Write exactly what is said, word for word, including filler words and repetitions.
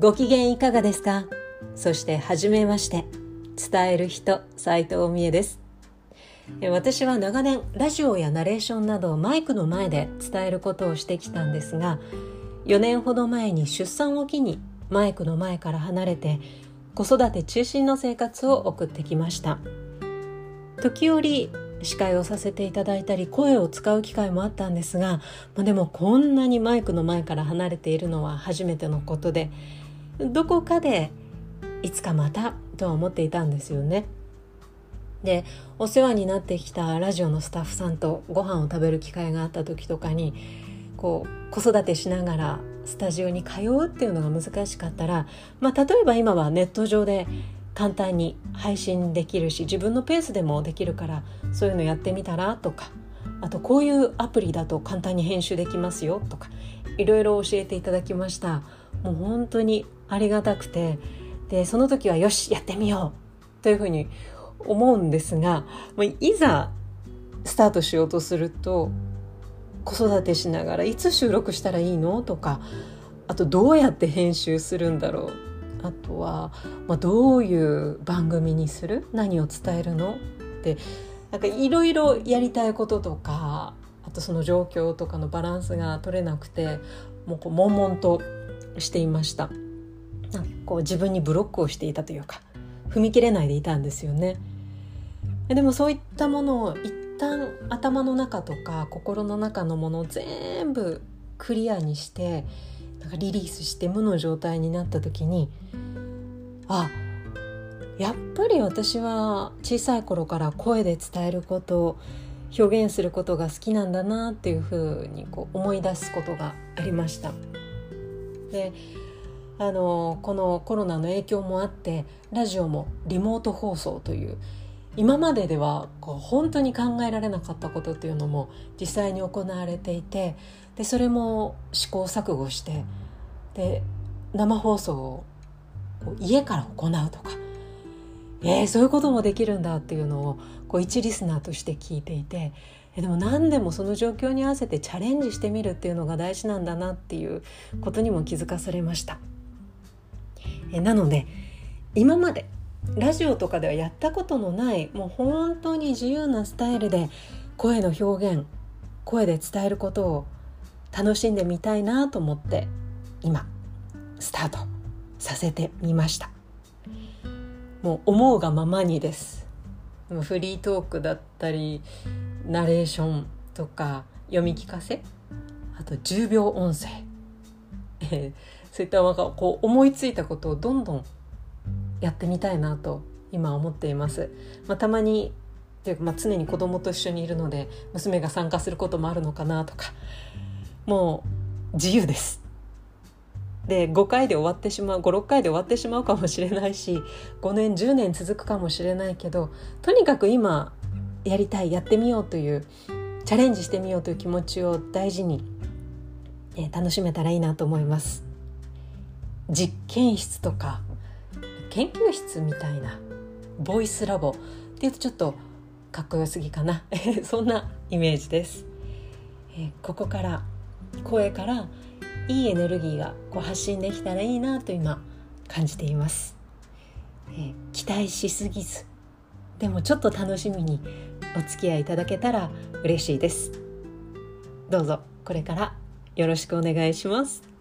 ご機嫌いかがですか？そしてはじめまして、伝える人斉藤美恵です。私は長年ラジオやナレーションなどマイクの前で伝えることをしてきたんですが、よねんほど前に出産を機にマイクの前から離れて子育て中心の生活を送ってきました。時折司会をさせていただいたり声を使う機会もあったんですが、まあ、でもこんなにマイクの前から離れているのは初めてのことで、どこかでいつかまたとは思っていたんですよね。で、お世話になってきたラジオのスタッフさんとご飯を食べる機会があった時とかに、こう子育てしながらスタジオに通うっていうのが難しかったら、まあ、例えば今はネット上で簡単に配信できるし、自分のペースでもできるから、そういうのやってみたらとか、あとこういうアプリだと簡単に編集できますよとか、いろいろ教えていただきました。もう本当にありがたくて、でその時はよしやってみようというふうに思うんですが、いざスタートしようとすると、子育てしながらいつ収録したらいいのとか、あとどうやって編集するんだろう、あとは、まあ、どういう番組にする、何を伝えるのって、なんかいろいろやりたいこととか、あとその状況とかのバランスが取れなくて、もうこう悶々としていました。なんかこう自分にブロックをしていたというか、踏み切れないでいたんですよね。でもそういったものを一旦頭の中とか心の中のものを全部クリアにして、なんかリリースして無の状態になった時に、あ、やっぱり私は小さい頃から声で伝えること、表現することが好きなんだなっていうふうにこう思い出すことがありました。で、あのこのコロナの影響もあって、ラジオもリモート放送という、今までではこう本当に考えられなかったことっていうのも実際に行われていて、でそれも試行錯誤して、で生放送を家から行うとか、えー、そういうこともできるんだっていうのをこう一リスナーとして聞いていて、でも何でもその状況に合わせてチャレンジしてみるっていうのが大事なんだなっていうことにも気づかされました。えなので今までラジオとかではやったことのない、もう本当に自由なスタイルで声の表現、声で伝えることを楽しんでみたいなと思って、今スタートさせてみました。もう思うがままにです。フリートークだったりナレーションとか読み聞かせ、あとじゅうびょう音声、えー、そういったなんかこう思いついたことをどんどんやってみたいなと今思っています。まあ、たまにというか、まあ、常に子供と一緒にいるので娘が参加することもあるのかなとか、もう自由です。でごかいで終わってしまう、ご、ろっかいで終わってしまうかもしれないし、ごねんじゅうねん続くかもしれないけど、とにかく今やりたい、やってみようという、チャレンジしてみようという気持ちを大事に、えー、楽しめたらいいなと思います。実験室とか研究室みたいなボイスラボっていうとちょっとかっこよすぎかなそんなイメージです。えー、ここから声からいいエネルギーがこう発信できたらいいなと今感じています。えー、期待しすぎず、でもちょっと楽しみにお付き合いいただけたら嬉しいです。どうぞこれからよろしくお願いします。